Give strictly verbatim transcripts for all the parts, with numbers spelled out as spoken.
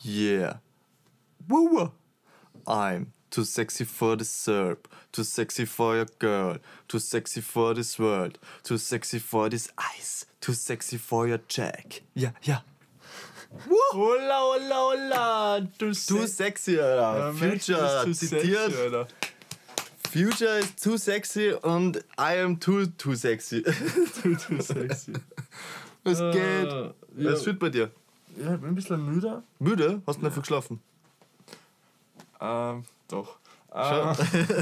Yeah. Woo! I'm too sexy for the Serb, too sexy for your girl, too sexy for this world, too sexy for this ice, too sexy for your Jack. Ja, ja. Hola, hola, hola. Too, too sexy, Alter. Ja, Future zitiert. Sexy, Alter. Future is too sexy und I am too, too sexy. too, too sexy. Was uh, geht? Ja. Was fühlt bei dir? Ja, ich bin ein bisschen müde. Müde? Hast du ja. nicht viel geschlafen? Ähm, doch. Ähm,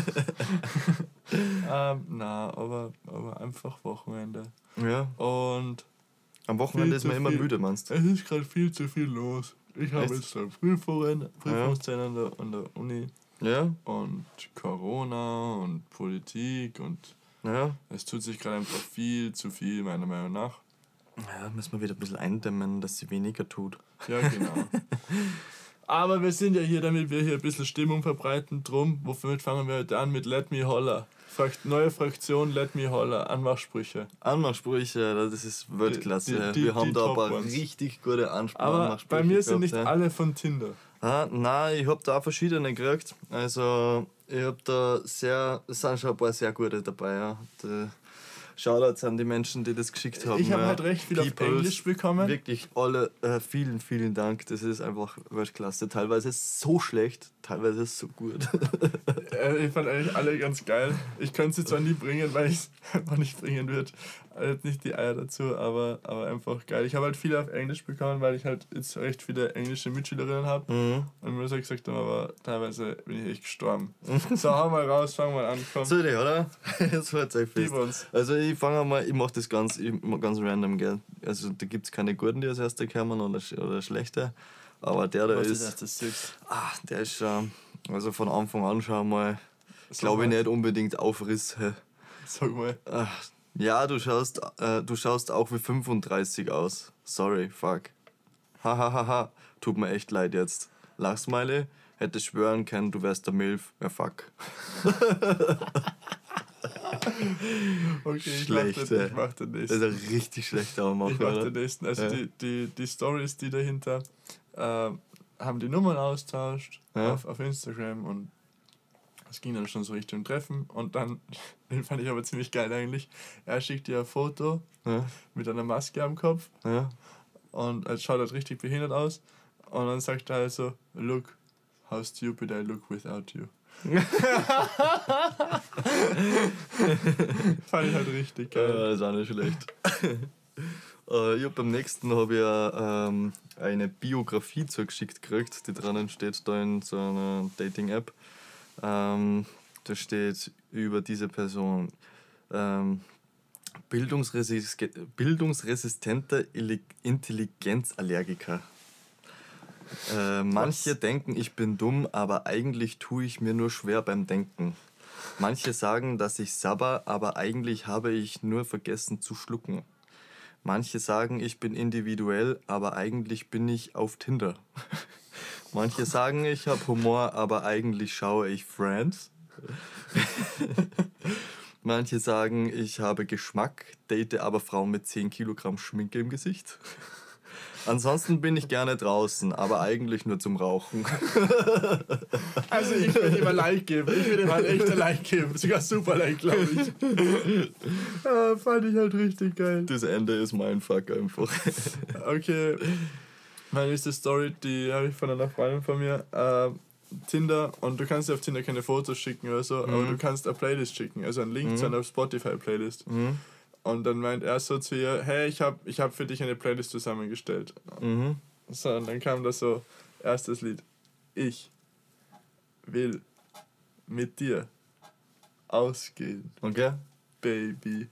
ähm, na, aber, aber einfach Wochenende. Ja. Und am Wochenende ist man immer müde, meinst du? Es ist gerade viel zu viel los. Ich habe jetzt eine Prüfungen, Prüfungszeit ja. an, der, an der Uni. Ja. Und Corona und Politik und ja. es tut sich gerade einfach viel zu viel, meiner Meinung nach. Ja, müssen wir wieder ein bisschen eindämmen, dass sie weniger tut. Ja, genau. Aber wir sind ja hier, damit wir hier ein bisschen Stimmung verbreiten. Drum, womit fangen wir heute an? Mit Let Me Holler. Neue Fraktion Let Me Holler. Anmachsprüche. Anmachsprüche, das ist Weltklasse. Die, die, wir haben da aber ones. richtig gute Ansprüche. Aber bei mir sind nicht ja. alle von Tinder. Ah, nein, ich hab da auch verschiedene gekriegt. Also, ich hab da sehr, es sind schon ein paar sehr gute dabei. Ja. Die Shoutouts an die Menschen, die das geschickt haben. Ich habe ja. halt recht viel Peoples, auf Englisch bekommen. Wirklich alle, äh, vielen, vielen Dank. Das ist einfach Weltklasse. Teilweise so schlecht, teilweise so gut. äh, ich fand eigentlich alle ganz geil. Ich könnte sie zwar nie bringen, weil ich es einfach nicht bringen würde. Also nicht die Eier dazu, aber, aber einfach geil. Ich habe halt viele auf Englisch bekommen, weil ich halt jetzt recht viele englische Mitschülerinnen habe. Mhm. Und mir so gesagt haben, aber teilweise bin ich echt gestorben. So, hau mal raus, fang mal an. Komm. So, oder? Jetzt hört euch fest. Also ich fange mal, ich mache das ganz, ganz random, gell. Also da gibt es keine guten, die als erste kommen oder, oder schlechte. Aber der da Was ist. ist das, das ah, der ist schon. Also von Anfang an schon mal, glaube ich, nicht unbedingt Aufriss. Sag mal. Ach, ja, du schaust, äh, du schaust auch wie fünfunddreißig aus. Sorry, fuck. Hahaha, ha, ha. Tut mir echt leid jetzt. Lachsmiley, hätte schwören können, du wärst der Milf. Ja, fuck. Okay, ich Schlecht, mach den, ich mach den nächsten. Das ist ein richtig schlechter Mach, Ich mach den nächsten. Also ja. die, die, die Stories, die dahinter äh, haben die Nummern austauscht ja. auf, auf Instagram und es ging dann schon so Richtung Treffen und dann, den fand ich aber ziemlich geil eigentlich, er schickt dir ein Foto ja. mit einer Maske am Kopf ja. und es schaut halt richtig behindert aus und dann sagt er halt so, look, how stupid I look without you. Fand ich halt richtig geil. Ja, das ist auch nicht schlecht. äh, ich hab beim nächsten habe ich ähm, eine Biografie zugeschickt gekriegt, die drinnen steht da in so einer Dating-App. Ähm, da steht über diese Person ähm, Bildungsresis- bildungsresistenter Intelligenzallergiker. Äh, manche denken, ich bin dumm, aber eigentlich tue ich mir nur schwer beim Denken. Manche sagen, dass ich sabber, aber eigentlich habe ich nur vergessen zu schlucken. Manche sagen, ich bin individuell, aber eigentlich bin ich auf Tinder. Manche sagen, ich habe Humor, aber eigentlich schaue ich Friends. Manche sagen, ich habe Geschmack, date aber Frauen mit zehn Kilogramm Schminke im Gesicht. Ansonsten bin ich gerne draußen, aber eigentlich nur zum Rauchen. Also ich würde ihm ein Like geben. Ich würde ihm halt echt ein Like geben. Sogar super Like, glaube ich. Ja, fand ich halt richtig geil. Das Ende ist mein Fuck einfach. Okay. Meine nächste Story, die habe ich von einer Freundin von mir. Äh, Tinder, und du kannst dir auf Tinder keine Fotos schicken oder so, mhm. aber du kannst eine Playlist schicken, also einen Link mhm. zu einer Spotify-Playlist. Mhm. Und dann meint er so zu ihr, hey, ich habe ich hab für dich eine Playlist zusammengestellt. Mhm. So, und dann kam das so, erstes Lied. Ich will mit dir ausgehen. Okay. Baby.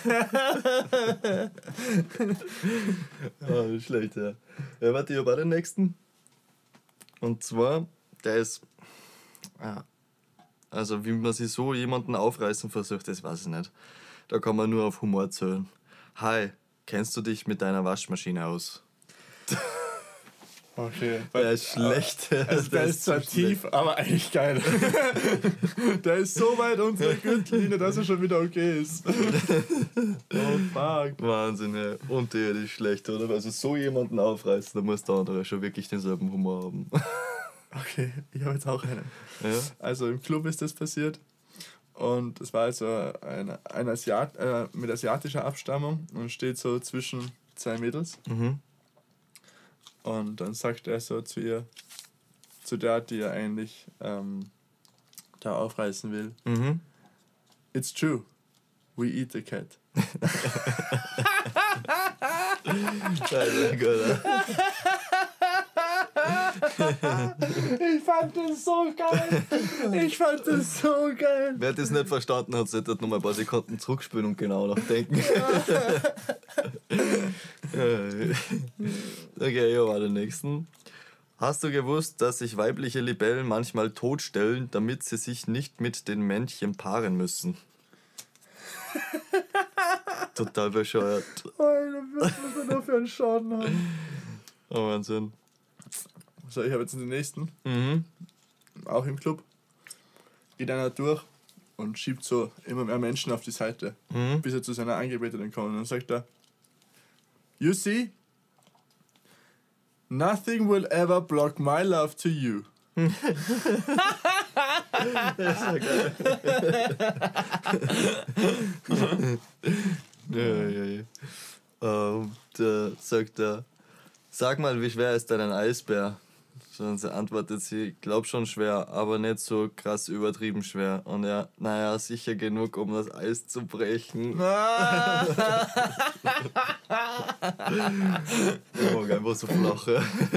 Ja, nicht schlecht, ja. Ja, warte, ich hab auch den nächsten. Und zwar, der ist, ja, also wie man sich so jemanden aufreißen versucht, das weiß ich nicht. Da kann man nur auf Humor zählen. Hi, kennst du dich mit deiner Waschmaschine aus? Okay. Der ist schlecht. Also der, der ist zwar tief, schlecht. Aber eigentlich geil. Der ist so weit unter der Gürtellinie, dass er schon wieder okay ist. Oh fuck. Wahnsinn, ja. Unterirdisch schlecht, oder? Also so jemanden aufreißen, da muss der andere schon wirklich denselben Humor haben. Okay, ich habe jetzt auch einen. Ja? Also im Club ist das passiert. Und es war also ein, ein Asiat äh, mit asiatischer Abstammung und steht so zwischen zwei Mädels. Mhm. Und dann sagt er so zu ihr, zu der, die er eigentlich ähm, da aufreißen will: Mhm. It's true, we eat the cat. Alter, Gott. Ich fand das so geil. Ich fand das so geil. Wer das nicht verstanden hat, sollte noch mal ein paar Sekunden zurückspielen und genau nachdenken. Okay, ja, war der nächsten. Hast du gewusst, dass sich weibliche Libellen manchmal totstellen, damit sie sich nicht mit den Männchen paaren müssen? Total bescheuert. Alter, was muss man da für einen Schaden haben? Oh, Wahnsinn. So, ich habe jetzt den nächsten. Mhm. Auch im Club. Geht einer durch und schiebt so immer mehr Menschen auf die Seite, Mhm. bis er zu seiner Angebeteten kommt. Und dann sagt er: You see? Nothing will ever block my love to you. Das ist ja geil. Ja, ja, ja. Ähm, da sagt er: Sag mal, wie schwer ist denn ein Eisbär? Und sie antwortet sie: Glaub schon schwer, aber nicht so krass übertrieben schwer. Und er: Naja, sicher genug, um das Eis zu brechen. Ah. Ich mag einfach so flache.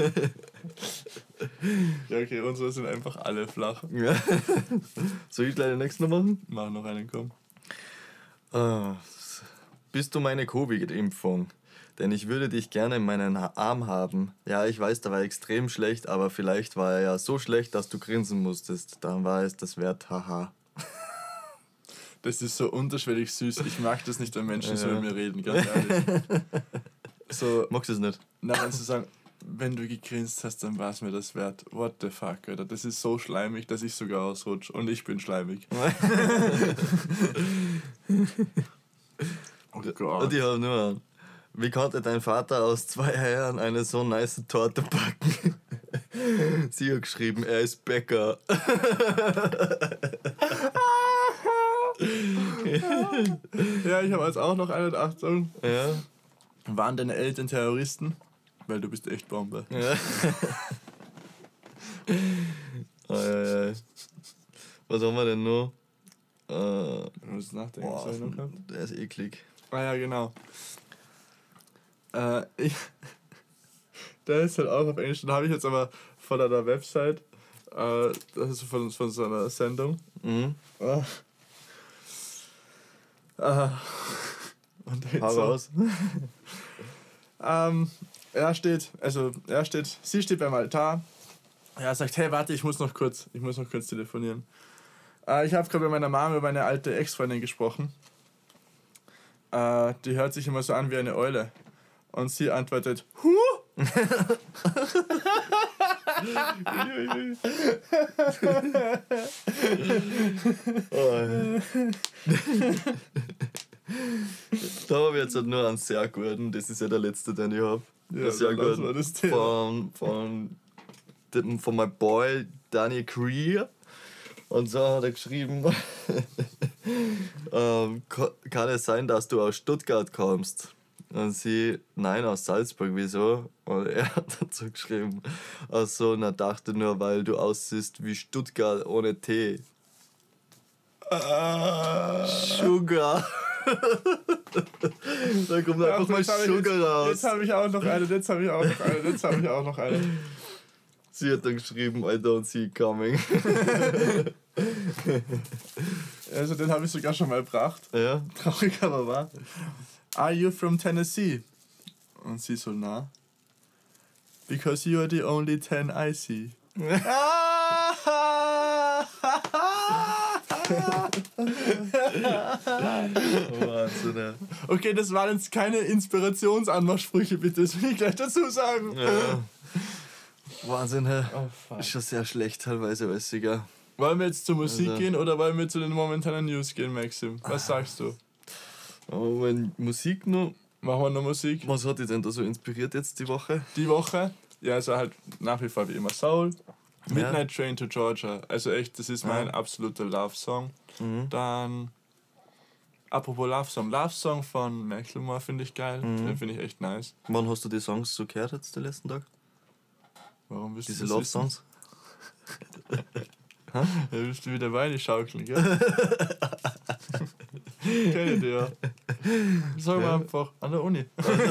Ja, okay, unsere sind einfach alle flach. Ja. Soll ich gleich den nächsten noch machen? Mach noch einen, komm. Ah, bist du meine Covid-Impfung? Denn ich würde dich gerne in meinen Arm haben. Ja, ich weiß, der war extrem schlecht, aber vielleicht war er ja so schlecht, dass du grinsen musstest. Dann war es das wert, haha. Das ist so unterschwellig süß. Ich mag das nicht, wenn Menschen Ja. so mit mir reden, ganz ehrlich. So, Magst du es nicht? na, wenn sie sagen, wenn du gegrinst hast, dann war es mir das wert. What the fuck, Alter. Das ist so schleimig, dass ich sogar ausrutsche. Und ich bin schleimig. Oh Gott. Und ich habe nur an. Wie konnte dein Vater aus zwei Eiern eine so nice Torte backen? Sie hat geschrieben, er ist Bäcker. Ja, ich habe jetzt auch noch eine Achtung. Ja. Waren deine Eltern Terroristen? Weil du bist echt Bombe. Ja. Ei, ei, ei. Was haben wir denn noch? Äh, Ich muss nachdenken, boah, was ich noch gehabt? der ist eklig. Ah ja, genau. Äh, ich, der ist halt auch auf Englisch. Den habe ich jetzt aber von einer Website. Äh, das ist von, von so einer Sendung. Mhm. Ah. Ah. Und da Hau so, raus. ähm, er steht, also er steht, sie steht beim Altar. Er sagt, hey, warte, ich muss noch kurz, ich muss noch kurz telefonieren. Äh, ich habe gerade mit meiner Mama über meine alte Ex-Freundin gesprochen. Äh, die hört sich immer so an wie eine Eule. Und sie antwortet, Huh? Oh. Da habe ich jetzt halt nur einen sehr guten, das ist ja der letzte, den ich habe. Ja, sehr dann lassen wir gut. das Thema. Von, von, dem- von meinem Boy Danny Greer. Und so hat er geschrieben, ähm, ka- kann es sein, dass du aus Stuttgart kommst? Und sie, nein, aus Salzburg, wieso? Und er hat dazu geschrieben, ach so, na dachte nur, weil du aussiehst wie Stuttgart ohne Tee. Ah. Sugar. Da kommt einfach mal Jetzt hab ich- Sugar raus. Jetzt habe ich auch noch eine, jetzt habe ich auch noch eine, jetzt habe ich auch noch eine. Sie hat dann geschrieben, I don't see it coming. Also den habe ich sogar schon mal gebracht. Ja? Traurig, aber wahr. Are you from Tennessee? Und sie so, na. Because you are the only ten I see. Oh, Wahnsinn, ja. Okay, das waren jetzt keine Inspirationsanmachsprüche, bitte. Das will ich gleich dazu sagen. Ja. Wahnsinn, hä? Oh, fuck. Ist schon sehr schlecht teilweise, alles egal. Wollen wir jetzt zur Musik Also. gehen oder wollen wir zu den momentanen News gehen, Maxim? Was sagst du? Aber wenn Musik noch. Machen wir noch Musik? Was hat dich denn da so inspiriert jetzt die Woche? Die Woche, ja, also halt nach wie vor wie immer Soul. Ja. Midnight Train to Georgia. Also echt, das ist mein Ja. absoluter Love-Song. Mhm. Dann, apropos Love-Song, Love-Song von Macklemore finde ich geil. Mhm. Den finde ich echt nice. Wann hast du die Songs so gehört jetzt den letzten Tag? Warum willst du Diese das Love-Songs? wissen? Da willst du wieder Beine schaukeln, gell? Kenn ich dir ja. Sag mal einfach, an der Uni.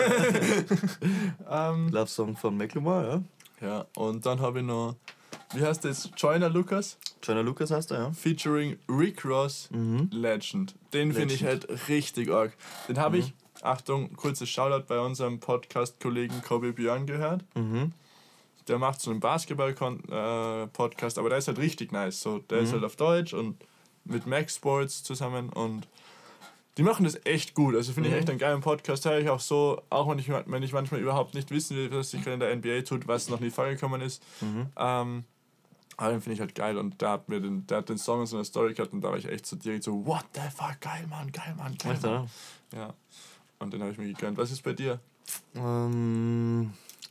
ähm, Love-Song von Macklemore, ja. ja, und dann habe ich noch, wie heißt das? Joyner Lucas Joyner Lucas heißt er, ja. featuring Rick Ross, Mhm. Legend. Den finde ich halt richtig arg. Den habe ich, Achtung, kurzes Shoutout bei unserem Podcast-Kollegen Kobe Björn gehört. Mhm. Der macht so einen Basketball-Podcast, aber der ist halt richtig nice. So, der ist halt auf Deutsch und mit Max Sports zusammen und die machen das echt gut. Also finde ich echt einen geilen Podcast. Höre ich auch so, auch wenn ich, wenn ich manchmal überhaupt nicht wissen will, was sich gerade in der N B A tut, was noch nie vorgekommen ist. Mhm. Ähm, aber den finde ich halt geil und der hat mir den, der hat den Song in so einer Story gehabt und da war ich echt so direkt so, what the fuck, geil Mann, geil Mann, geil Echt, Mann. oder? Ja. Und den habe ich mir gegönnt. Was ist bei dir? Ähm.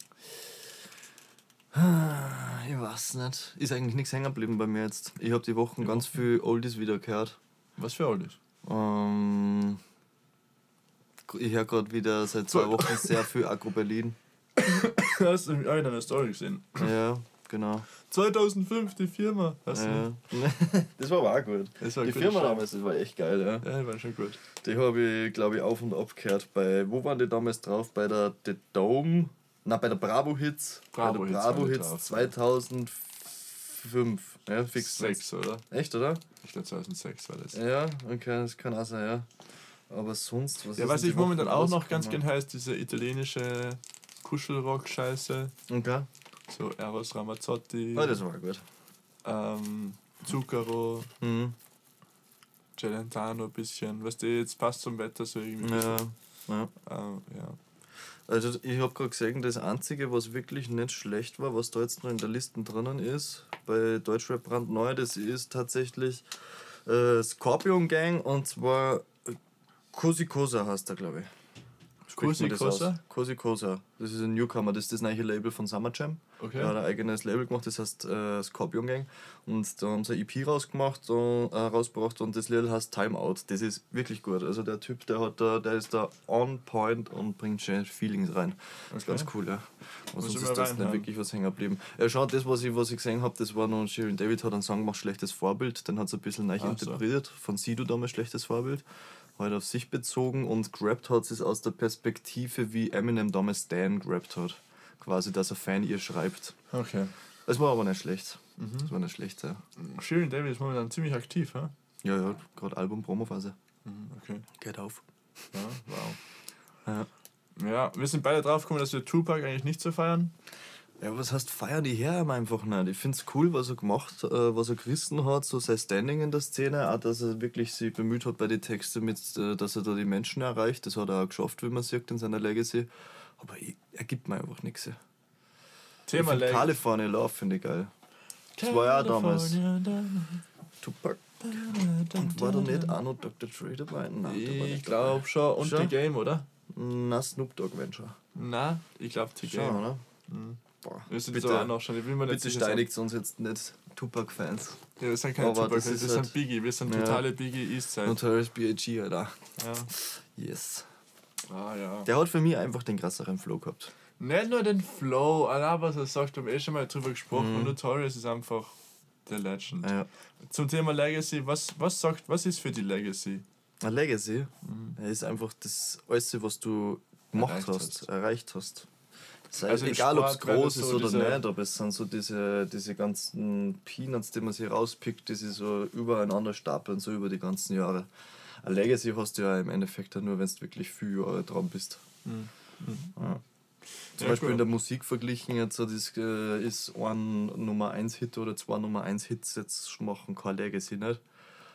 Ich weiß nicht. Ist eigentlich nichts hängen geblieben bei mir jetzt. Ich habe die Wochen ganz viel Oldies wieder gehört. Was für Oldies? Ähm. Ich höre gerade wieder seit zwei Wochen sehr viel Agro Berlin. Hast du in einer Story gesehen? Ja, genau. zweitausendfünf, die Firma. Hast du Ja. Das war aber auch gut. Das war Die ein guter Firma Schau. damals, das war echt geil, ja. Ja, die waren schon gut. Die habe ich, glaube ich, auf und ab gehört. Bei, wo waren die damals drauf? Bei der The Dome? Nein, bei der Bravo Hits. Bravo bei der Hits Bravo waren die Hits drauf, zweitausendfünf. Ja, fix. Sechs, oder? Echt, oder? Ich glaube zweitausendsechs war das. Ja, okay, das kann auch sein, ja. Aber sonst, was Ja, ist was denn ich die Woche momentan auch noch ganz rausgekommen? gern heißt, diese italienische Kuschelrock-Scheiße. Okay. So Eros Ramazzotti, Ah, das war gut. ähm, Zucchero, Mhm. Celentano ein bisschen. Was die jetzt passt zum Wetter so irgendwie. Ja, ja. Ähm, ja. Also ich habe gerade gesehen, das Einzige, was wirklich nicht schlecht war, was da jetzt noch in der Liste drinnen ist, bei Deutschrap brandneu, das ist tatsächlich äh, Scorpion Gang und zwar äh, Cosi Cosa heißt der, glaube ich. Spricht man das Cosi aus? Cosi Cosa. Das ist ein Newcomer, das ist das neue Label von Summer Jam. Okay. Er hat ein eigenes Label gemacht, das heißt äh, Scorpion Gang. Und da haben sie ein E P rausgemacht, und, äh, rausgebracht und das Lied heißt Time Out. Das ist wirklich gut. Also der Typ, der hat da, der ist da on point und bringt schön Feelings rein. Das ist Okay. ganz cool, ja. Aber Muss sonst ich ist mal das nicht reinhören. wirklich was hängen geblieben. Ja, schau, das, was ich, was ich gesehen habe, das war noch Shirin David hat einen Song gemacht, Schlechtes Vorbild. Den hat sie ein bisschen neu Ach so. interpretiert. Von Sido damals Schlechtes Vorbild. Halt auf sich bezogen und gerappt hat sie es aus der Perspektive, wie Eminem damals Stan gerappt hat. Quasi, dass ein Fan ihr schreibt. Okay. Es war aber nicht schlecht. Mhm. Das war nicht schlecht, ja. Shirin David ist momentan ziemlich aktiv, hä? Ja, ja, gerade Album-Promo-Phase. Mhm, okay. Geht auf. Ja, wow. Ja. Ja, wir sind beide drauf gekommen, dass wir Tupac eigentlich nicht so feiern. Ja, was heißt feiern die her einfach nicht? Ich finde es cool, was er gemacht, äh, was er gerissen hat, so sein Standing in der Szene, auch dass er wirklich sich bemüht hat bei den Texten, mit, äh, dass er da die Menschen erreicht. Das hat er auch geschafft, wie man sieht in seiner Legacy. Aber ich, er gibt mir einfach nichts. Ich Thema finde Leg. California Love finde ich geil. Das war ja auch damals Tupac. Und war da nicht auch noch Doktor Dre dabei? Nein, der war Ich nicht glaube schon. Und Schon? die Game, oder? dabei. Na, Snoop Dogg wenn schon. Na, ich glaube die Schon, Game. oder? Mhm. Boah, Wir sind bitte, so auch noch schon. Ich will mir nicht bitte sicher sein. steinigt uns jetzt nicht Tupac-Fans. Ja, wir sind keine Aber Tupac, das wir ist sind halt- Biggie. Wir sind Ja. totale Biggie Eastside. Notorious B I G, Alter. Ja. Yes. Ah, ja. Der hat für mich einfach den krasseren Flow gehabt. Nicht nur den Flow, allein was er sagt, haben wir eh schon mal drüber gesprochen. Mhm. Und Notorious ist einfach der Legend. Ja. Zum Thema Legacy, was, was sagt, was ist für die Legacy? Ein Legacy, er ist einfach das alles, was du gemacht Erreicht hast, hast. erreicht hast. Sei, Also im egal ob es Sport wäre groß das ist so oder diese- nicht, aber es sind so diese, diese ganzen Peanuts, die man sich rauspickt, die sich so übereinander stapeln, so über die ganzen Jahre. Ein Legacy hast du ja im Endeffekt nur, wenn du wirklich viele Jahre dran bist. Mhm. Ja. Zum Ja, Beispiel cool. in der Musik verglichen, jetzt so das, äh, ist ein Nummer eins Hit oder zwei Nummer eins Hits jetzt machen kein Legacy nicht.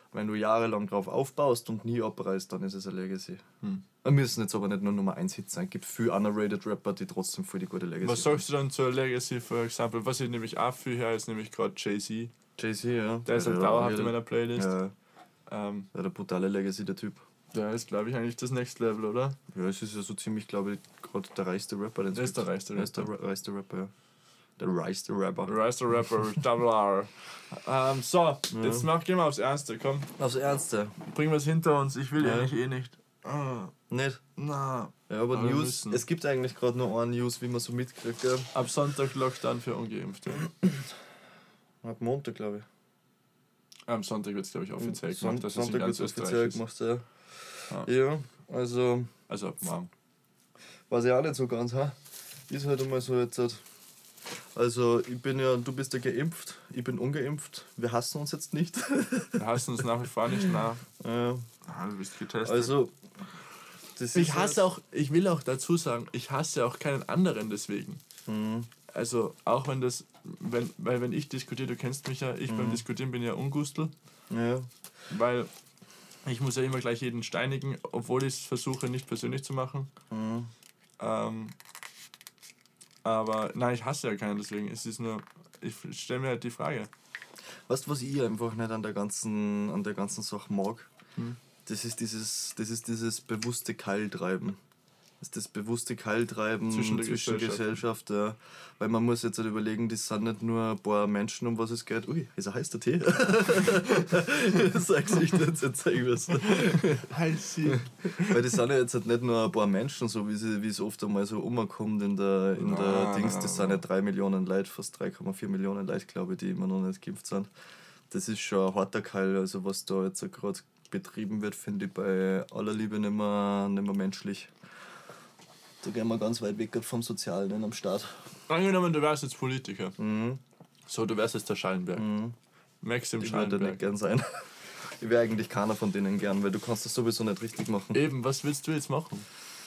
Wenn du jahrelang drauf aufbaust und nie abreißt, dann ist es ein Legacy. Hm. Wir müssen jetzt aber nicht nur Nummer eins Hits sein. Es gibt viele underrated Rapper, die trotzdem voll die gute Legacy haben. Was sagst du dann zur Legacy, für Beispiel? Was ich nämlich auch viel her ist, nämlich gerade Jay-Z. Jay-Z, ja. Der ist halt ja, dauerhaft in meiner Playlist. Ja. Ähm, ja, der brutale Legacy, der Typ. Der ist, glaube ich, eigentlich das Next Level, oder? Ja, es ist ja so ziemlich, glaube ich, gerade der reichste Rapper. Den der ist der reichste Rapper. Der ist der reichste Rapper, ja. Der reichste Rapper. Der reichste Rapper, Double R. Ähm, so, ja. Jetzt mach, gehen wir aufs Ernste, komm. Aufs Ernste. Bringen wir es hinter uns, ich will ja eigentlich eh nicht. Ah. Nicht? Na. Ja, aber, aber News, es gibt eigentlich gerade nur eine News, wie man so mitkriegt, gell? Ab Sonntag Lockdown für Ungeimpfte. Ab Montag, glaube ich. Am Sonntag wird es, glaube ich, offiziell Son- gemacht. Dass Sonntag wird es offiziell gemacht, ja. Ah. Ja, also... Also ab morgen. Weiß ich auch nicht so ganz, ha? Ist halt einmal so jetzt... Also, ich bin ja... Du bist ja geimpft, ich bin ungeimpft. Wir hassen uns jetzt nicht. Wir hassen uns nach wie vor nicht, nach. Ja. Ah, du bist getestet. Also... Das ich hasse halt auch... Ich will auch dazu sagen, ich hasse auch keinen anderen deswegen. Mhm. Also, auch wenn das... Wenn, weil wenn ich diskutiere, du kennst mich ja, ich mhm. beim Diskutieren bin ja Ungustel. Ja. Weil ich muss ja immer gleich jeden steinigen, obwohl ich es versuche, nicht persönlich zu machen. Mhm. Ähm, aber nein, ich hasse ja keinen, deswegen es ist nur... Ich stelle mir halt die Frage. Weißt du, was ich einfach nicht an der ganzen, an der ganzen Sache mag? Hm. Das ist dieses, das ist dieses bewusste Keiltreiben. Das ist das bewusste Keiltreiben zwischen der zwischen Gesellschaft. Gesellschaft ja. Weil man muss jetzt halt überlegen, das sind nicht nur ein paar Menschen, um was es geht. Ui, ist ein heißer Tee. Sag's nicht, jetzt zeig ich was. Heißi. Weil das sind ja jetzt halt nicht nur ein paar Menschen, so wie, sie, wie es oft einmal so umkommt in der, in der ah, Dings. Das sind ja drei Millionen Leute, fast drei Komma vier Millionen Leute, glaube ich, die immer noch nicht geimpft sind. Das ist schon ein harter Keil. Also was da jetzt gerade betrieben wird, finde ich bei aller Liebe nicht mehr, nicht mehr menschlich. Da gehen wir ganz weit weg vom Sozialen am Start. Angenommen, du wärst jetzt Politiker. Mhm. So, du wärst jetzt der Schallenberg. Mhm. Maxim ich Schallenberg. Ich würde nicht gern sein. Ich wäre eigentlich keiner von denen gern, weil du kannst das sowieso nicht richtig machen. Eben, was willst du jetzt machen?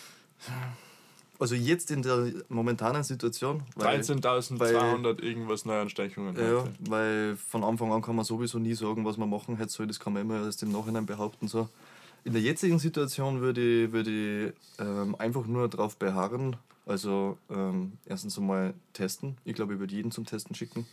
Also jetzt in der momentanen Situation... dreizehntausendzweihundert irgendwas Neuanstechungen. Ja, heute. Weil von Anfang an kann man sowieso nie sagen, was man machen hätte soll. Das kann man immer erst im Nachhinein behaupten. So. In der jetzigen Situation würde ich, würde ich ähm, einfach nur darauf beharren, also ähm, erstens einmal testen. Ich glaube, ich würde jeden zum Testen schicken.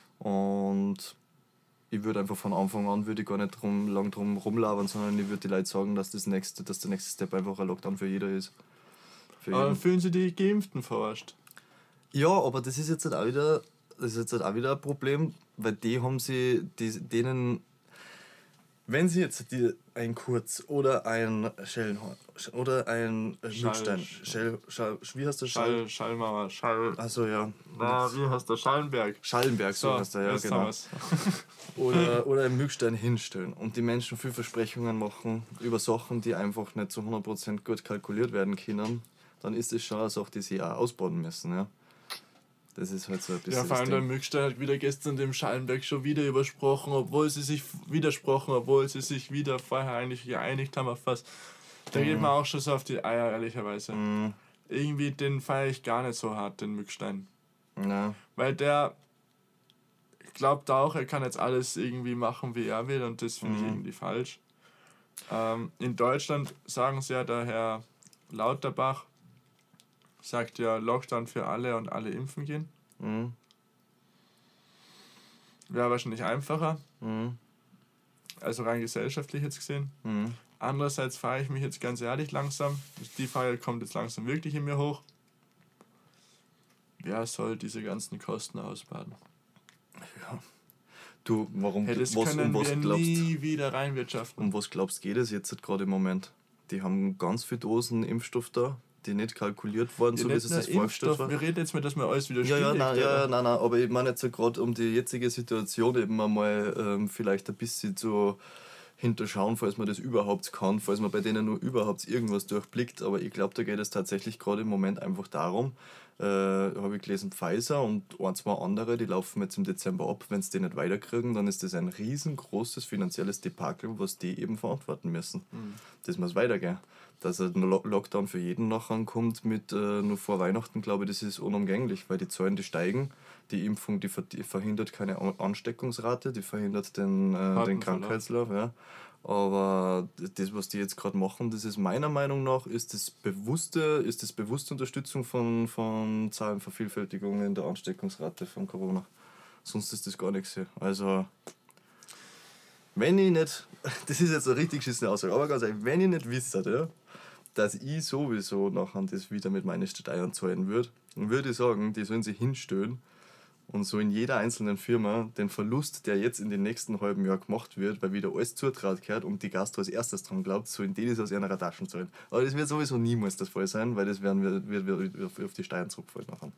Und ich würde einfach von Anfang an würde ich gar nicht drum, lang drum rumlabern, sondern ich würde die Leute sagen, dass, das nächste, dass der nächste Step einfach ein Lockdown für jeder ist. Für aber fühlen Sie die Geimpften verarscht? Ja, aber das ist jetzt halt auch wieder, das ist jetzt halt auch wieder ein Problem, weil die haben sie, die, denen... Wenn Sie jetzt die, ein Kurz oder ein Schellenhorn oder ein Mückstein, Schell, Schall, wie heißt der Schall? Schall, Schallmauer, Schall. Achso, ja. Na, wie heißt der? Schallenberg. Schallenberg, so, so heißt der, ja, genau. oder, oder ein Mückstein hinstellen und die Menschen viel Versprechungen machen über Sachen, die einfach nicht zu hundert Prozent gut kalkuliert werden können, dann ist es schon eine Sache, die sie auch ausbauen müssen, ja. Das ist halt so ein bisschen. Ja, vor allem der Mückstein hat wieder gestern dem Schallenberg schon wieder übersprochen, obwohl sie sich widersprochen, obwohl sie sich wieder vorher eigentlich geeinigt haben auf was. Da mm. geht man auch schon so auf die Eier, ehrlicherweise. Mm. Irgendwie den feiere ich gar nicht so hart, den Mückstein. Ja. Weil der glaubt auch, er kann jetzt alles irgendwie machen, wie er will, und das finde mm. ich irgendwie falsch. Ähm, in Deutschland sagen sie ja, der Herr Lauterbach sagt ja Lockdown für alle und alle impfen gehen. Mhm. Wäre wahrscheinlich einfacher. Mhm. Also rein gesellschaftlich jetzt gesehen. Mhm. Andererseits fahre ich mich jetzt ganz ehrlich langsam. Die Frage kommt jetzt langsam wirklich in mir hoch. Wer soll diese ganzen Kosten ausbaden? Ja. Du, warum hey, das was, können um was wir glaubst, nie wieder reinwirtschaften. Um was glaubst du, geht es jetzt gerade im Moment? Die haben ganz viele Dosen Impfstoff da, die nicht kalkuliert worden, ja, so wie es das vorgestellt war. Wir reden jetzt mal, dass wir alles wieder ja, ja, nein, ja, nein, nein, aber ich meine jetzt so gerade um die jetzige Situation eben einmal ähm, vielleicht ein bisschen zu hinterschauen, falls man das überhaupt kann, falls man bei denen nur überhaupt irgendwas durchblickt, aber ich glaube, da geht es tatsächlich gerade im Moment einfach darum, äh, habe ich gelesen, Pfizer und ein, zwei andere, die laufen jetzt im Dezember ab, wenn sie die nicht weiterkriegen, dann ist das ein riesengroßes finanzielles Debakel, was die eben verantworten müssen. Mhm. Das muss weitergehen. Dass ein Lo- Lockdown für jeden nachher kommt mit äh, nur vor Weihnachten, glaube ich, das ist unumgänglich, weil die Zahlen, die steigen. Die Impfung, die, ver die verhindert keine An- Ansteckungsrate, die verhindert den, äh, den Krankheitslauf. Ja. Aber das, was die jetzt gerade machen, das ist meiner Meinung nach, ist das bewusste, ist das bewusste Unterstützung von, von Zahlenvervielfältigung in der Ansteckungsrate von Corona. Sonst ist das gar nichts. Hier. Also, wenn ich nicht, das ist jetzt eine richtig geschissene Aussage, aber ganz ehrlich, wenn ich nicht wüsste, ja, dass ich sowieso nachher das wieder mit meinen Steuern zahlen würde, dann würde ich sagen, die sollen sich hinstellen und so in jeder einzelnen Firma den Verlust, der jetzt in den nächsten halben Jahr gemacht wird, weil wieder alles zutraut gehört und die Gastro als erstes dran glaubt, sollen die das aus ihrer Taschen zahlen. Aber das wird sowieso niemals der Fall sein, weil das werden wir, wird, wird, wird auf die Steuern zurückfallen nachher.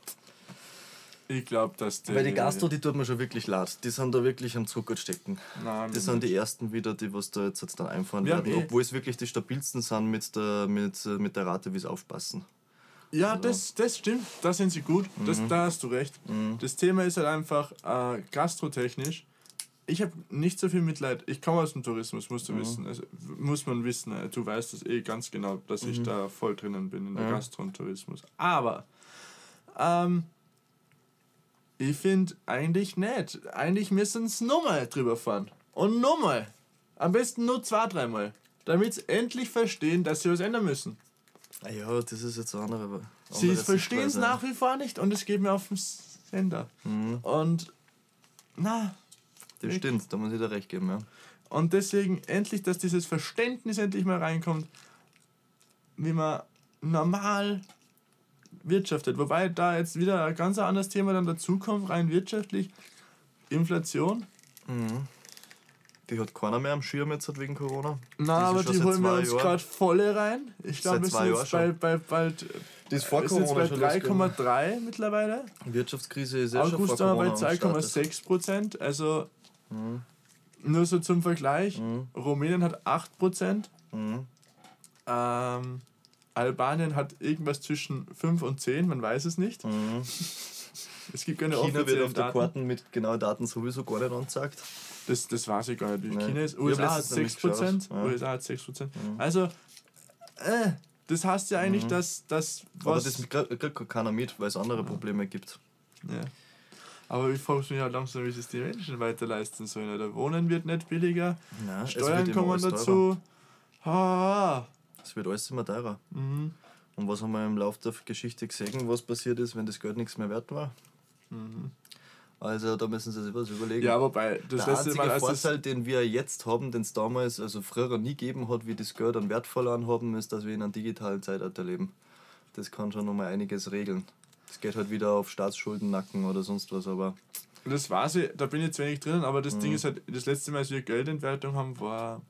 Ich glaube, dass die... Weil die Gastro, die tut mir schon wirklich leid. Die sind da wirklich am Zucker stecken. Nein, das sind die ersten wieder, die was da jetzt, jetzt dann einfahren Wir werden, haben eh- obwohl es wirklich die stabilsten sind mit der, mit, mit der Rate, wie sie aufpassen. Ja, das, das stimmt, da sind sie gut, das, Mhm. da hast du recht. Mhm. Das Thema ist halt einfach äh, gastrotechnisch. Ich habe nicht so viel Mitleid. Ich komme aus dem Tourismus, musst du Mhm. wissen. Also, muss man wissen. äh, Du weißt das eh ganz genau, dass ich Mhm. da voll drinnen bin in der Ja. Gastro und Tourismus. Aber ähm, ich finde eigentlich nicht. Eigentlich müssen sie nochmal drüber fahren. Und nochmal. Am besten nur zwei, dreimal. Damit sie endlich verstehen, dass sie was ändern müssen. Ja, das ist jetzt eine andere. andere Sie verstehen es Sichtweise. nach wie vor nicht und es geht mir auf den Sender. Mhm. Und na, Das stimmt, da muss ich dir recht geben, ja. und deswegen endlich, dass dieses Verständnis endlich mal reinkommt, wie man normal wirtschaftet. Wobei da jetzt wieder ein ganz anderes Thema dann dazukommt, rein wirtschaftlich. Inflation. Mhm. Die hat keiner mehr am Schirm jetzt wegen Corona. Na, ist aber schon die seit holen wir zwei uns Jahren. gerade volle rein. Ich glaube, wir Seit zwei sind Jahren jetzt bei, schon. bei bald. Die ist vor wir sind jetzt Corona bei schon drei Komma drei mittlerweile. Die Wirtschaftskrise ist ja schon vor August waren wir Corona bei zwei Komma gestartet. sechs Prozent. Also Mhm. nur so zum Vergleich. Mhm. Rumänien hat acht Prozent. Mhm. Ähm, Albanien hat irgendwas zwischen fünf und zehn, man weiß es nicht. Mhm. Es gibt keine China wird offiziellen auf der Daten. Karten mit genauen Daten sowieso gar nicht angezeigt. Das, das weiß ich gar nicht, wie Nein. China ist. Ich hab U S A hat letztens nämlich sechs Prozent. geschaut, ja. U S A hat sechs Prozent. Mhm. Also, äh, das heißt ja eigentlich, Mhm. dass, dass Aber was... das kriegt kriegt keiner mit, weil es andere Probleme gibt. ja. Aber ich frage mich halt langsam, wie es die Menschen weiter leisten sollen. Oder Wohnen wird nicht billiger, Nein, es Steuern wird immer kommen alles teurer. dazu. Ha, Es wird alles immer teurer. mhm. Und was haben wir im Laufe der Geschichte gesehen, was passiert ist, wenn das Geld nichts mehr wert war? Mhm. Also da müssen sie sich was überlegen. Ja, wobei, das der letzte einzige Mal, als Vorteil, es... den wir jetzt haben, den es damals, also früher nie gegeben hat, wie das Geld an Wert verloren haben, ist, dass wir in einem digitalen Zeitalter leben. Das kann schon nochmal einiges regeln. Es geht halt wieder auf Staatsschulden nacken oder sonst was, aber Das weiß ich, da bin ich jetzt wenig drinnen, aber das Mhm. Ding ist halt, das letzte Mal, als wir Geldentwertung haben, war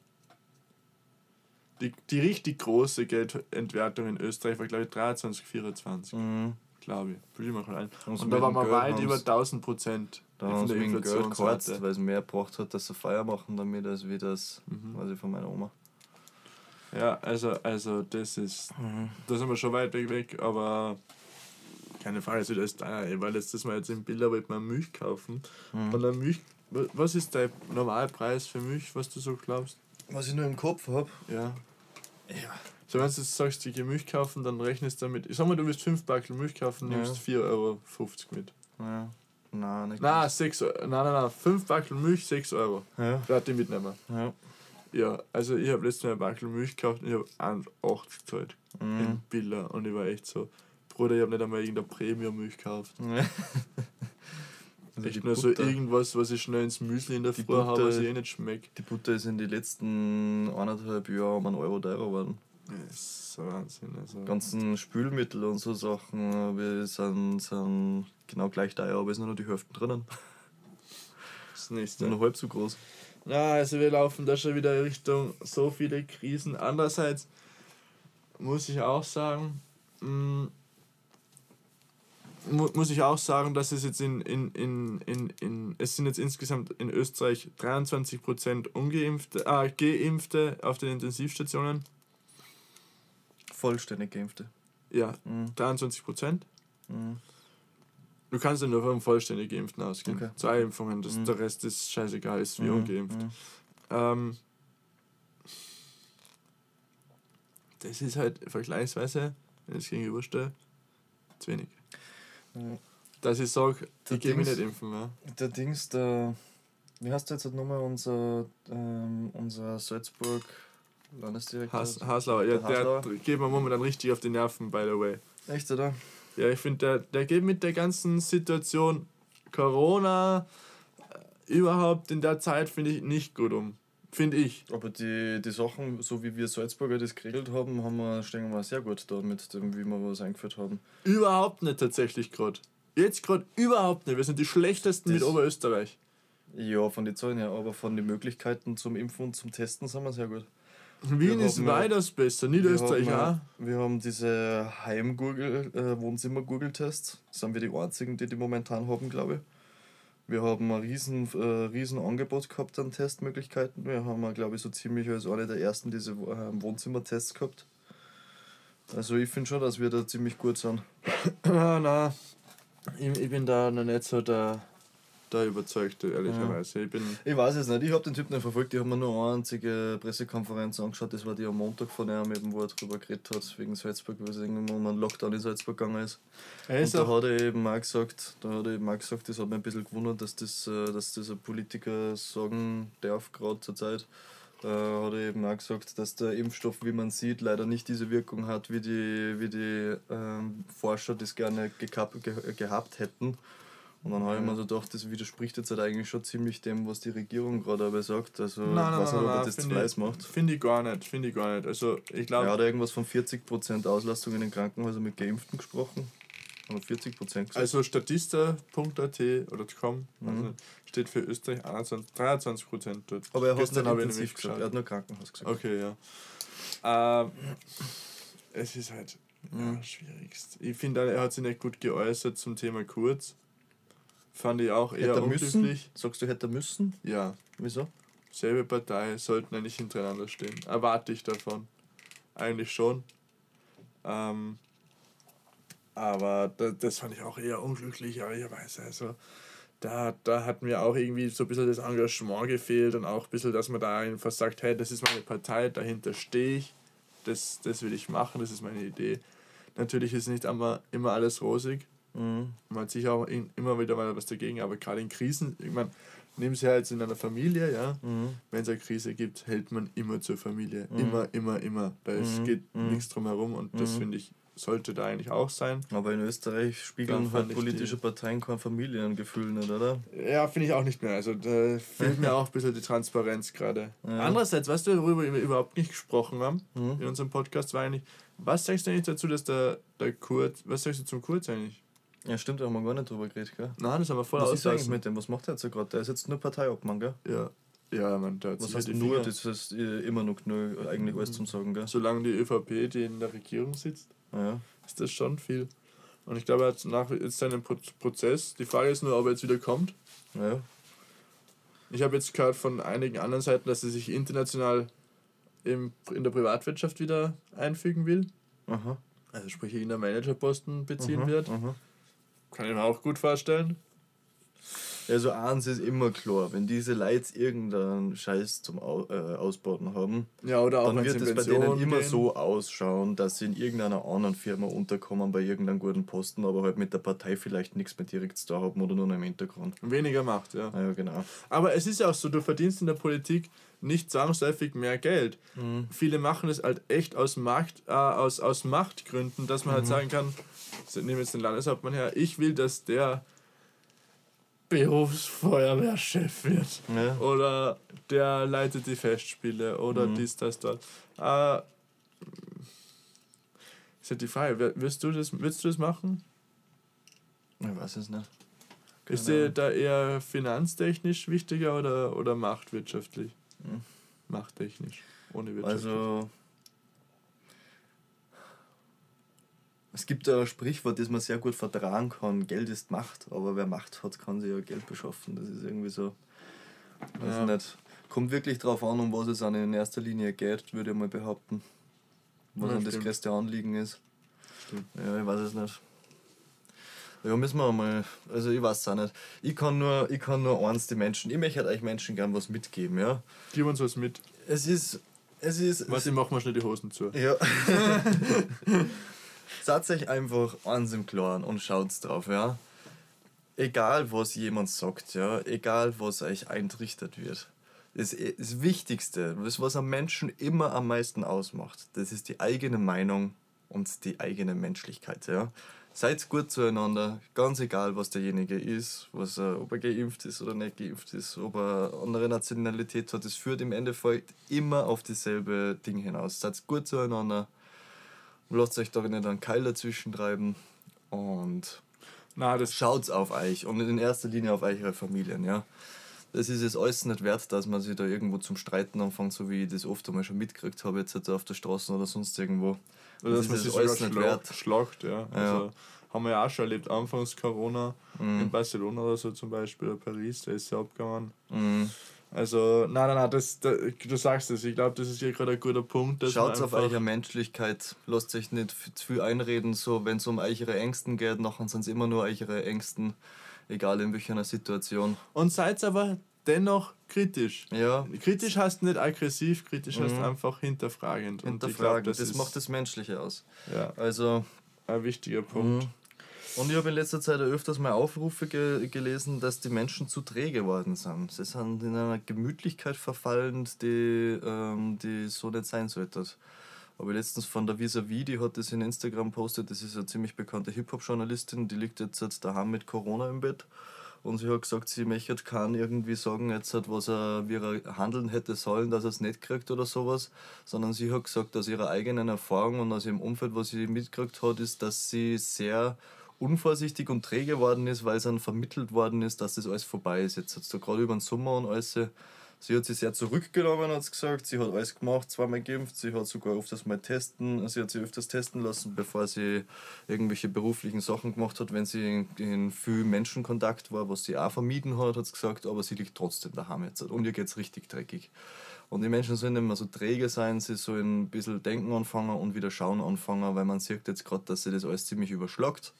die, die richtig große Geldentwertung in Österreich, war glaube ich dreiundzwanzig, vierundzwanzig, mhm. glaube ich. Will ich mal rein. Und Und da waren wir Geld weit haben's- über tausend Prozent Da von haben sie der wegen Geld geharzt, Inflationsrate. weil es mehr gebraucht hat, dass sie Feier machen damit, als wie das, Mhm. weiß ich, von meiner Oma. Ja, also, also das ist, da sind wir schon weit weg, weg aber keine Frage, es wird alles teuer. Ich war letztes Mal jetzt im Billa, wollte man Milch kaufen. Mhm. Und dann Milch, wa- was ist dein Normalpreis für Milch, was du so glaubst? Was ich nur im Kopf habe. Ja. Ja. So, wenn du jetzt sagst, ich gehe Milch kaufen, dann rechnest du damit. Ich sag mal, du willst fünf Backel Milch kaufen, Ja. nimmst vier Euro fünfzig mit. Ja. Nein, nicht Na, sechs Euro. Nein, nein, nein. fünf Backel Milch, sechs Euro. ganz. Da hat die mitnehmen. Ja. Ja. Ja, also ich habe letztes Mal ein Backel Milch gekauft und ich habe eins Komma achtzig gezahlt. Mhm. In Billa. Und ich war echt so, Bruder, ich habe nicht einmal irgendeine Premium-Milch gekauft. Ja. Also Echt die nur so Butter- irgendwas, was ich schnell ins Müsli in der Die Früh habe, Butter- was ich eh nicht schmeckt. Die Butter ist in den letzten eineinhalb Jahren um einen Euro teurer geworden. Das ist so Wahnsinn. Also. Ganzen Spülmittel und so Sachen äh, sind, sind genau gleich teuer, aber es ist nur noch die Hälfte drinnen. Das nächste. Nur noch halb so groß. Ja, also wir laufen da schon wieder Richtung so viele Krisen. Andererseits muss ich auch sagen, mh, mu muss ich auch sagen, dass es jetzt in, in, in, in, in es sind jetzt insgesamt in Österreich dreiundzwanzig Prozent ungeimpfte, äh, Geimpfte auf den Intensivstationen. Vollständig geimpfte. Ja, Mhm. dreiundzwanzig Prozent. Mhm. Du kannst ja nur vom vollständig Geimpften ausgehen. Okay. Zwei Impfungen, das, Mhm. der Rest ist scheißegal, ist wie Mhm. ungeimpft. Mhm. Ähm, das ist halt vergleichsweise, wenn ich es gegenüberstelle, zu wenig. Ja. Dass ich sage, ich gehe mich Dings- nicht impfen. Ja. Der Dings, der. Wie heißt der jetzt nochmal unser, ähm, unser Salzburg Landesdirektor? Has, Haslauer, ja, Der Haslauer? der geht mir momentan richtig auf die Nerven, by the way. Echt, oder? Ja, ich finde, der, der geht mit der ganzen Situation Corona äh, überhaupt in der Zeit, finde ich, nicht gut um. Finde ich. Aber die, die Sachen, so wie wir Salzburger das geregelt haben, haben wir, stehen wir sehr gut da mit dem, wie wir was eingeführt haben. Überhaupt nicht tatsächlich gerade. Jetzt gerade überhaupt nicht. Wir sind die schlechtesten Das- mit Oberösterreich. Ja, von den Zahlen her, aber von den Möglichkeiten zum Impfen und zum Testen sind wir sehr gut. Wien Wir ist haben ja- weitaus besser, Niederösterreich wir auch. haben, äh, wir haben diese Heim-Wohnzimmer-Google-Tests, das sind wir die einzigen, die die momentan haben, glaube ich. Wir haben ein riesen, äh, riesen Angebot gehabt an Testmöglichkeiten. Wir haben, glaube ich, so ziemlich als eine der ersten diese äh, Wohnzimmertests gehabt. Also ich finde schon, dass wir da ziemlich gut sind. Ah, nein, ich, ich bin da noch nicht so der, der Überzeugte, ehrlicherweise. Ich bin, Ich weiß es nicht, ich habe den Typen nicht verfolgt, ich habe mir nur eine einzige Pressekonferenz angeschaut, das war die am Montag von ihm, eben, wo er drüber geredet hat, wegen Salzburg, weil es irgendwann um einen Lockdown in Salzburg gegangen ist. er Und ist da auch, hat er eben auch gesagt, da hat er eben auch gesagt, das hat mich ein bisschen gewundert, dass das, äh, dass das ein Politiker sagen darf, gerade zur Zeit. Äh, hat er eben auch gesagt, dass der Impfstoff, wie man sieht, leider nicht diese Wirkung hat, wie die, wie die ähm, Forscher das gerne gekap- ge gehabt hätten. Und dann habe ich mir so gedacht, das widerspricht jetzt halt eigentlich schon ziemlich dem, was die Regierung gerade aber sagt. Also, nein, nein, ich weiß nein, nicht, ob er nein, das zu finde leis ich, macht. finde ich gar nicht, finde ich gar nicht. Also ich glaube, Er hat irgendwas von vierzig Prozent Auslastung in den Krankenhäusern mit Geimpften gesprochen. Oder vierzig Prozent gesagt. also statista punkt a t oder .com Mhm. also steht für Österreich einundzwanzig, dreiundzwanzig Prozent dort. Aber er hat Gestern nicht habe ich intensiv nämlich gesagt, er hat nur Krankenhaus gesagt. Okay, ja. Ähm, es ist halt Mhm. ja, schwierigst. Ich finde, er hat sich nicht gut geäußert zum Thema Kurz. Fand ich auch Hätte eher er müssen? unglücklich. Sagst du, hätte er müssen? Ja, Wieso? selbe Partei sollten eigentlich hintereinander stehen. Erwarte ich davon. Eigentlich schon. Ähm, aber da, das fand ich auch eher unglücklich, ehrlicherweise. Also, da, da hat mir auch irgendwie so ein bisschen das Engagement gefehlt und auch ein bisschen, dass man da einfach sagt, hey, das ist meine Partei, dahinter stehe ich, das, das will ich machen, das ist meine Idee. Natürlich ist nicht immer, immer alles rosig. Mhm. Man hat sicher auch in, immer wieder mal was dagegen, aber gerade in Krisen, ich meine, nehmen Sie ja jetzt in einer Familie, ja, Mhm. wenn es eine Krise gibt, hält man immer zur Familie. Mhm. Immer, immer, immer. Da es Mhm. geht Mhm. nichts drum herum und das Mhm. finde ich, sollte da eigentlich auch sein. Aber in Österreich Dann spiegeln fand halt ich politische die- Parteien kein Familiengefühl nicht, oder? Ja, finde ich auch nicht mehr. Also da fehlt mir auch ein bisschen die Transparenz gerade. Ja. Andererseits, was wir darüber überhaupt nicht gesprochen haben Mhm. in unserem Podcast, war eigentlich, was sagst du eigentlich dazu, dass der, der Kurz, was sagst du zum Kurz eigentlich? Ja, stimmt, da haben wir gar nicht drüber geredet, gell? Nein, das haben wir voll Was ist eigentlich ausgelassen. mit dem? Was macht er jetzt so gerade? Der ist jetzt nur Parteiobmann, gell? Ja, ja, man, da hat Was sicher heißt die nur? Finger- Das ist äh, immer noch nur eigentlich alles zum Sagen, gell? Solange die ÖVP, die in der Regierung sitzt, Ja. ist das schon viel. Und ich glaube, er hat nach jetzt seinen Pro- Prozess. Die Frage ist nur, ob er jetzt wieder kommt. Ja. Ich habe jetzt gehört von einigen anderen Seiten, dass er sich international im, in der Privatwirtschaft wieder einfügen will. Aha. Also sprich, in der Managerposten beziehen Aha. wird. Aha. Kann ich mir auch gut vorstellen. Also eins ist immer klar, wenn diese Leute irgendeinen Scheiß zum Au äh, Ausbauen haben, Ja, oder auch dann wenn wird sie es in bei Pension denen immer gehen. so ausschauen, dass sie in irgendeiner anderen Firma unterkommen, bei irgendeinem guten Posten, aber halt mit der Partei vielleicht nichts mehr direkt zu tun haben oder nur noch im Hintergrund. Weniger Macht, ja. Ja, genau. Aber es ist ja auch so, du verdienst in der Politik nicht zwangsläufig mehr Geld. Mhm. Viele machen es halt echt aus, Markt, äh, aus, aus Machtgründen, dass man halt sagen kann, ich nehme jetzt den Landeshauptmann her, ich will, dass der Berufsfeuerwehrchef wird. Ja. Oder der leitet die Festspiele oder Mhm. dies, das, dort. Äh, ist halt die Frage, wer- wirst du das, willst du das machen? Ich weiß es nicht. Ist Keine dir Ahnung. da eher finanztechnisch wichtiger oder, oder machtwirtschaftlich? Mhm. Machttechnisch, ohne wirtschaftlich. Also, es gibt da ein Sprichwort, das man sehr gut vertragen kann. Geld ist Macht, aber wer Macht hat, kann sich ja Geld beschaffen. Das ist irgendwie so, weiß Ja. nicht. Kommt wirklich drauf an, um was es an in erster Linie geht, würde ich mal behaupten. Was Ja, an das stimmt. größte Anliegen ist. Stimmt. Ja, ich weiß es nicht. Ja, müssen wir mal, also ich weiß es auch nicht. Ich kann nur, ich kann nur eins, die Menschen, ich möchte euch Menschen gern was mitgeben, ja. Gib uns was mit. Es ist, Es ist... Was, ich mach mal schnell die Hosen zu. Ja. Seid euch einfach eins im Klaren und schaut's drauf, ja. Egal, was jemand sagt, ja, egal, was euch eintrichtert wird. Das, das Wichtigste, das, was am Menschen immer am meisten ausmacht, das ist die eigene Meinung und die eigene Menschlichkeit, ja. Seid gut zueinander, ganz egal, was derjenige ist, was er, ob er geimpft ist oder nicht geimpft ist, ob er andere Nationalität hat, das führt im Endeffekt immer auf dasselbe Ding hinaus. Seid gut zueinander, lasst euch da nicht einen Keil dazwischen treiben und Na, das schaut auf euch und in erster Linie auf eure Familien, ja. Das ist es alles nicht wert, dass man sich da irgendwo zum Streiten anfängt, so wie ich das oft einmal schon mitgekriegt habe, jetzt auf der Straße oder sonst irgendwo. Oder dass Das man ist sich alles sogar nicht schlag, wert. schlagt, ja. Also, Ja. haben wir ja auch schon erlebt, anfangs Corona, Mhm. in Barcelona oder so zum Beispiel, oder Paris, da ist ja abgegangen. Mhm. Also, nein, nein, nein, das, da, du sagst es, ich glaube, das ist hier gerade ein guter Punkt. Dass Schaut man auf einfach- eure Menschlichkeit, lasst euch nicht f- zu viel einreden, so wenn es um eure Ängsten geht, nachher sind es immer nur eure Ängsten, egal in welcher Situation. Und seid aber dennoch kritisch. Ja, Kritisch heißt nicht aggressiv, kritisch heißt Mhm. einfach hinterfragend. Und ich hinterfragen, glaub, das, ist macht das Menschliche aus. ja, Also, ein wichtiger Punkt. Mhm. Und ich habe in letzter Zeit öfters mal Aufrufe ge gelesen, dass die Menschen zu träge geworden sind. Sie sind in einer Gemütlichkeit verfallen, die, ähm, die so nicht sein sollte. Aber letztens von der Vis-a-vis, die hat das in Instagram postet, das ist eine ziemlich bekannte Hip-Hop-Journalistin, die liegt jetzt halt daheim mit Corona im Bett. Und sie hat gesagt, sie möchte keinen irgendwie sagen, jetzt hat, was er, wie er handeln hätte sollen, dass er es nicht kriegt oder sowas, sondern sie hat gesagt, aus ihrer eigenen Erfahrung und aus ihrem Umfeld, was sie mitgekriegt hat, ist, dass sie sehr unvorsichtig und träge geworden ist, weil es dann vermittelt worden ist, dass das alles vorbei ist. Jetzt hat so gerade über den Sommer und alles. Sie hat sich sehr zurückgenommen, hat sie gesagt. Sie hat alles gemacht, zweimal geimpft. Sie hat sogar öfters mal testen, sie hat sich öfters testen lassen, bevor sie irgendwelche beruflichen Sachen gemacht hat, wenn sie in, in viel Menschenkontakt war, was sie auch vermieden hat, hat sie gesagt, aber sie liegt trotzdem daheim jetzt. Und ihr geht es richtig dreckig. Und die Menschen sollen nicht mehr so träge sein, sie sollen ein bisschen denken anfangen und wieder schauen anfangen, weil man sieht jetzt gerade, dass sie das alles ziemlich überschlagt.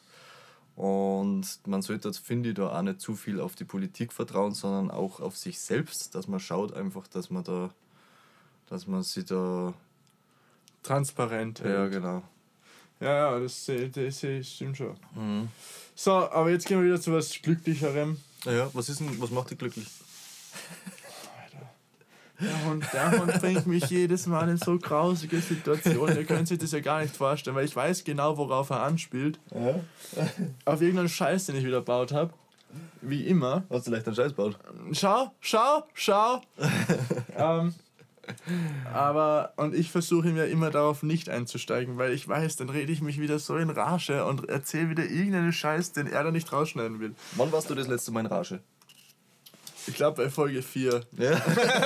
Und man sollte, finde ich, da auch nicht zu viel auf die Politik vertrauen, sondern auch auf sich selbst, dass man schaut einfach, dass man da, dass man sich da... Transparent. Ja, hält. genau. Ja, ja, das, sehe- das, sehe ich, stimmt schon. Mhm. So, aber jetzt gehen wir wieder zu was Glücklicherem. Ja, was ist denn, was macht dich glücklich? Der Hund, der Hund bringt mich jedes Mal in so grausige Situationen. Ihr könnt sich das ja gar nicht vorstellen, weil ich weiß genau, worauf er anspielt. Ja. Auf irgendeinen Scheiß, den ich wieder gebaut habe. Wie immer. Hast du leicht einen Scheiß gebaut? Schau, schau, schau. ähm, aber, und ich versuche mir immer darauf nicht einzusteigen, weil ich weiß, dann rede ich mich wieder so in Rage und erzähle wieder irgendeinen Scheiß, den er da nicht rausschneiden will. Wann warst du das letzte Mal in Rage? Ich glaube bei Folge vier. Ja.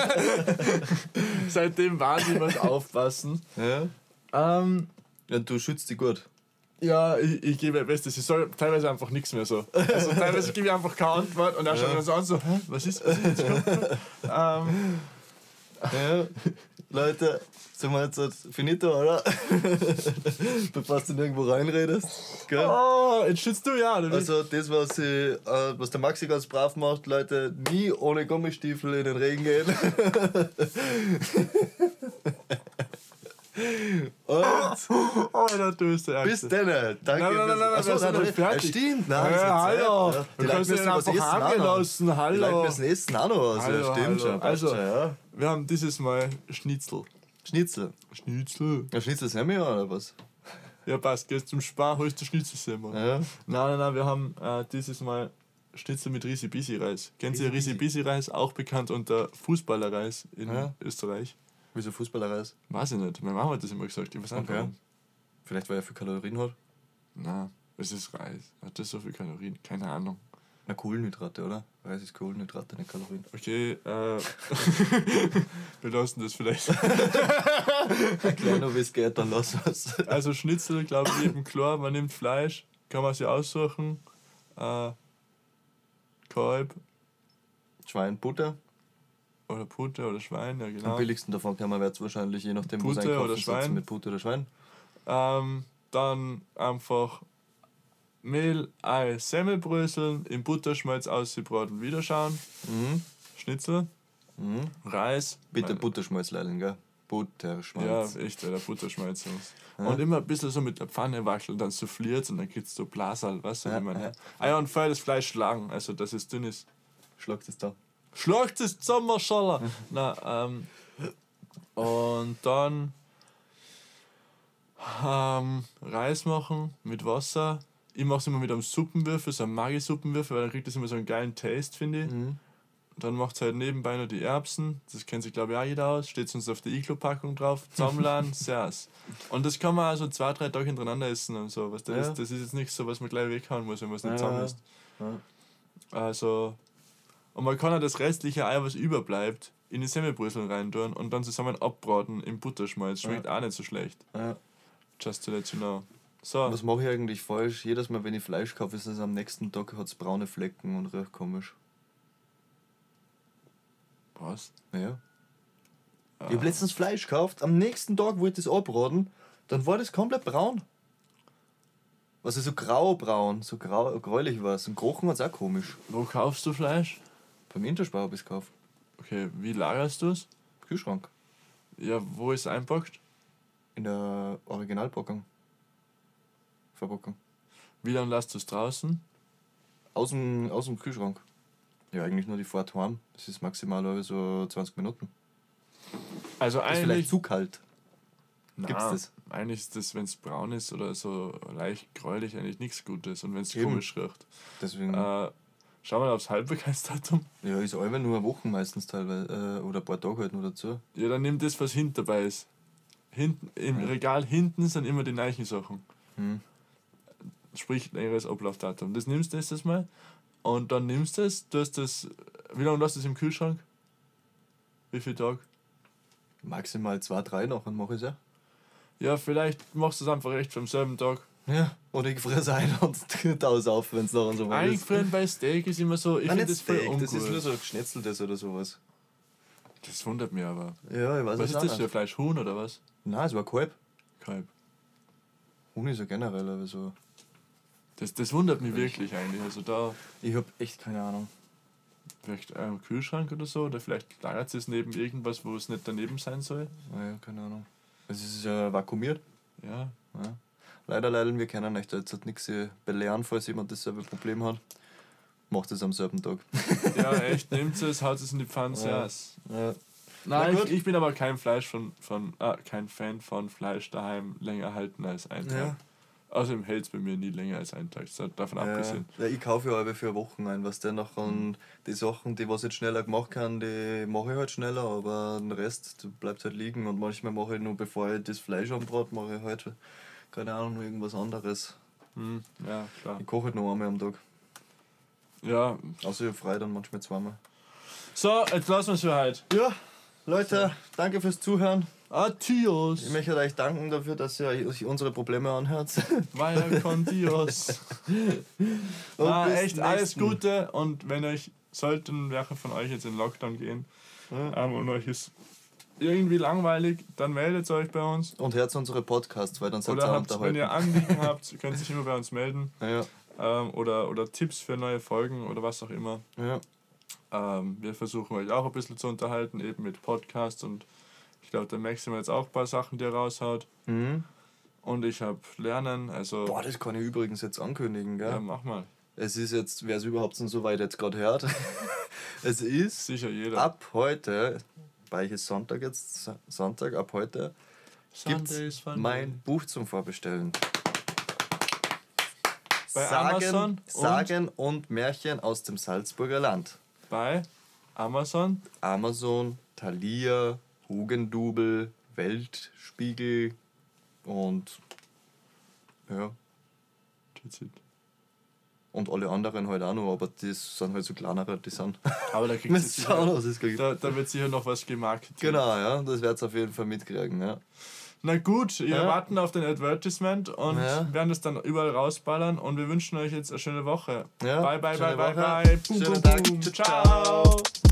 Seitdem weiß ich was aufpassen. Ja. Ähm, Ja, du schützt dich gut. ja, ich, ich gebe mein Bestes. Ich soll teilweise einfach nichts mehr so. Also teilweise gebe ich einfach keine Antwort und er schaut mir so an, so, hä, was ist, was ist jetzt gerade? ähm, Ja. Leute, sind wir jetzt halt finito, oder? Bevor du nirgendwo reinredest. Gell? Oh, jetzt schützt du ja. Du willst- Also das, was, ich, äh, was der Maxi ganz brav macht, Leute, nie ohne Gummistiefel in den Regen gehen. Und oh, da tust du bis dann. Danke. Nein, nein, nein, nein, nein, Achso, wir sind nein, nicht fertig. Ja, stimmt. Nein, Ja, das ist hallo. Zeit, ja. Du Die kannst Leute ihn müssen was einfach essen auch noch. angelassen. Die Leute Hallo. müssen essen auch noch was. Hallo, Ja, stimmt hallo. schon. passt Also- schon, ja. Wir haben dieses Mal Schnitzel. Schnitzel. Schnitzel? Ja, Schnitzel sind wir ja, oder was? Ja, passt. Gehst zum Spar, holst du Schnitzelsemmer. Ja. Nein, nein, nein, wir haben äh, dieses Mal Schnitzel mit Risi-Bisi-Reis. Kennt ihr Risi-Bisi-Reis? Auch bekannt unter Fußballerreis in Ja. Österreich. Wieso Fußballerreis? Weiß ich nicht. Meine Mama hat das immer gesagt. Ich weiß nicht Okay. warum. Vielleicht, weil er viel Kalorien hat. Na, es ist Reis. Hat das so viel Kalorien? Keine Ahnung. Na, Kohlenhydrate, oder? Reis ist Kohlenhydrate, nicht Kalorien. Okay, äh. wir lassen das vielleicht. Erklär nur, wie es geht, dann lass es. Also Schnitzel, glaube ich, eben klar. Man nimmt Fleisch, kann man sich aussuchen. Äh, Kalb Schwein, Butter. oder Pute oder Schwein, ja Am genau. billigsten davon kann man wird wahrscheinlich, je nachdem, wo es Pute einkaufen oder ist, Schwein. mit Butter oder Schwein. Ähm, dann einfach Mehl, Ei, Semmelbröseln, in Butterschmalz ausgebraten, wieder schauen. Mhm. Schnitzel, Mhm. Reis. Bitte Meine- Butterschmalz leider, gell? Butterschmalz. Ja, echt, der Butterschmalz. Ja. Und immer ein bisschen so mit der Pfanne wackeln, dann souffliert und dann kriegst du Blasal, weißt du, Ja, wie man. ja. Ah ja, und vorher das Fleisch schlagen, also dass es dünn ist. Schlagt es da. Schlagt es zusammen, Schaller! Na, ähm. Und dann. Ähm, Reis machen mit Wasser. Ich mache es immer mit einem Suppenwürfel, so einem Maggi-Suppenwürfel, weil dann kriegt das immer so einen geilen Taste, finde ich. Mhm. Dann macht es halt nebenbei noch die Erbsen. Das kennt sich, glaube ich, auch jeder aus. Steht sonst auf der Iglo-Packung drauf. Zusammenladen, servus. Und das kann man also zwei, drei Tage hintereinander essen und so. Was das, Ja. ist, das ist jetzt nicht so, was man gleich weghauen muss, wenn man es nicht Ja, zusammen ja. isst. Ja. Also. Und man kann auch das restliche Ei, was überbleibt, in die Semmelbröseln reintun und dann zusammen abbraten im Butterschmalz. Schmeckt Ja. auch nicht so schlecht. Ja. Just to let you know. So. Was mache ich eigentlich falsch? Jedes Mal, wenn ich Fleisch kaufe, ist es am nächsten Tag hat's braune Flecken und riecht komisch. Was? Ja. Ah. Ich habe letztens Fleisch gekauft, am nächsten Tag wollte ich es abraten, dann war das komplett braun. Also so graubraun, so grau, gräulich war es. Und gerochen hat es auch komisch. Wo kaufst du Fleisch? Beim Interspar habe ich es gekauft. Okay, wie lagerst du es? Kühlschrank. Ja, wo ist es einpackt? In der Originalpackung. Verpackung. Wie lange lässt du es draußen? Aus dem, aus dem Kühlschrank. Ja, eigentlich nur die Fahrt heim. Das ist maximal aber so zwanzig Minuten. Also Das ist vielleicht eigentlich. zu kalt. Na, Gibt's das? Eigentlich ist das, wenn es braun ist oder so leicht gräulich, eigentlich nichts Gutes. Und wenn es Eben. komisch riecht. Deswegen. Äh, schau mal aufs Haltbarkeitsdatum. Ja, ist alle nur eine Woche meistens teilweise. Äh, oder ein paar Tage halt nur dazu. Ja, dann nimm das, was hinten dabei ist. Hinten, im Ja. Regal hinten sind immer die neuen Sachen. Hm. Sprich, längeres Ablaufdatum. Das nimmst du das mal und dann nimmst du es, du hast das. Wie lange lässt du es im Kühlschrank? Wie viele Tage? Maximal zwei, drei noch und mache ich es ja. Ja, vielleicht machst du es einfach recht am selben Tag. Ja. Oder ich fresse ein und taus auf, wenn es noch so weit ist. Eingefroren bei Steak ist immer so, ich Nein, finde nicht das voll Steak, ungut. das ist nur so ein geschnetzeltes oder sowas. Das wundert mich aber. Ja, ich weiß Was es ist auch das für ein nicht. Fleisch? Huhn oder was? Nein, es war Kalb. Kalb. Huhn ist ja generell, aber so. Das, das wundert mich wirklich eigentlich. Also da Ich hab echt keine Ahnung. vielleicht ein Kühlschrank oder so, oder vielleicht lagert es neben irgendwas, wo es nicht daneben sein soll. Naja, keine Ahnung. Es ist ja vakuumiert. Ja. Ja. Leider, leider, wir können euch da jetzt halt nichts belehren, falls jemand dasselbe Problem hat. Macht es am selben Tag. Ja, echt, nehmt es, haut es in die Pfanne, Ja. yes. Ja. Nein, Na ich, ich bin aber kein Fleisch von, von ah, kein Fan von Fleisch daheim länger halten als einen Tag. Ja. Außerdem hält es bei mir nie länger als einen Tag. Das hat davon Ja, abgesehen. ja, ich kaufe ja halbe für Wochen ein, was der noch und die Sachen, die was ich jetzt schneller gemacht kann, die mache ich halt schneller, aber den Rest bleibt halt liegen und manchmal mache ich nur, bevor ich das Fleisch anbrate, mache ich halt, keine Ahnung, irgendwas anderes. Hm, ja, klar. Ich koche halt nur einmal am Tag. Ja. Außer ich habe frei, dann manchmal zweimal. So, jetzt lassen wir es für heute. Ja, Leute, danke fürs Zuhören. Adios. Ich möchte euch danken dafür, dass ihr euch unsere Probleme anhört. Vaya con Dios. Und Na, bis echt alles nächsten. Gute und wenn euch, sollten welche von euch jetzt in Lockdown gehen Ja. ähm, und euch ist irgendwie langweilig, dann meldet euch bei uns. Und hört unsere Podcasts, weil dann seid Oder ihr habt, wenn unterhalten. ihr Anliegen habt, könnt ihr euch immer bei uns melden. Ja, Ähm, oder, oder Tipps für neue Folgen oder was auch immer. ja. Ähm, wir versuchen euch auch ein bisschen zu unterhalten, eben mit Podcasts und ich glaube, der Maxim hat jetzt auch ein paar Sachen, die er raushaut. Mhm. Und ich habe Lernen, also Boah, das kann ich übrigens jetzt ankündigen, gell? ja, mach mal. Es ist jetzt, wer es überhaupt schon so weit jetzt gerade hört, es ist Sicher jeder. ab heute, bei ist Sonntag jetzt, Sonntag, ab heute, gibt Sunday is fun mein day. Buch zum Vorbestellen. Bei Sagen, Amazon und- Sagen und Märchen aus dem Salzburger Land. Bei Amazon. Amazon, Thalia, Hugendubel, Weltspiegel und ja, That's it. und alle anderen halt auch noch, aber das sind halt so kleinere, die sind. Aber da kriegt Müsst ihr schauen, sicher, was es gibt. da, da wird sicher noch was gemarketet. Genau, ja, das werdet ihr auf jeden Fall mitkriegen, ja. Na gut, wir Ja. warten auf den Advertisement und Ja. werden das dann überall rausballern und wir wünschen euch jetzt eine schöne Woche. Ja, Bye, bye, bye, schöne bye, Woche. bye. Boom, Schönen boom, Tag. boom. Ciao. Ciao.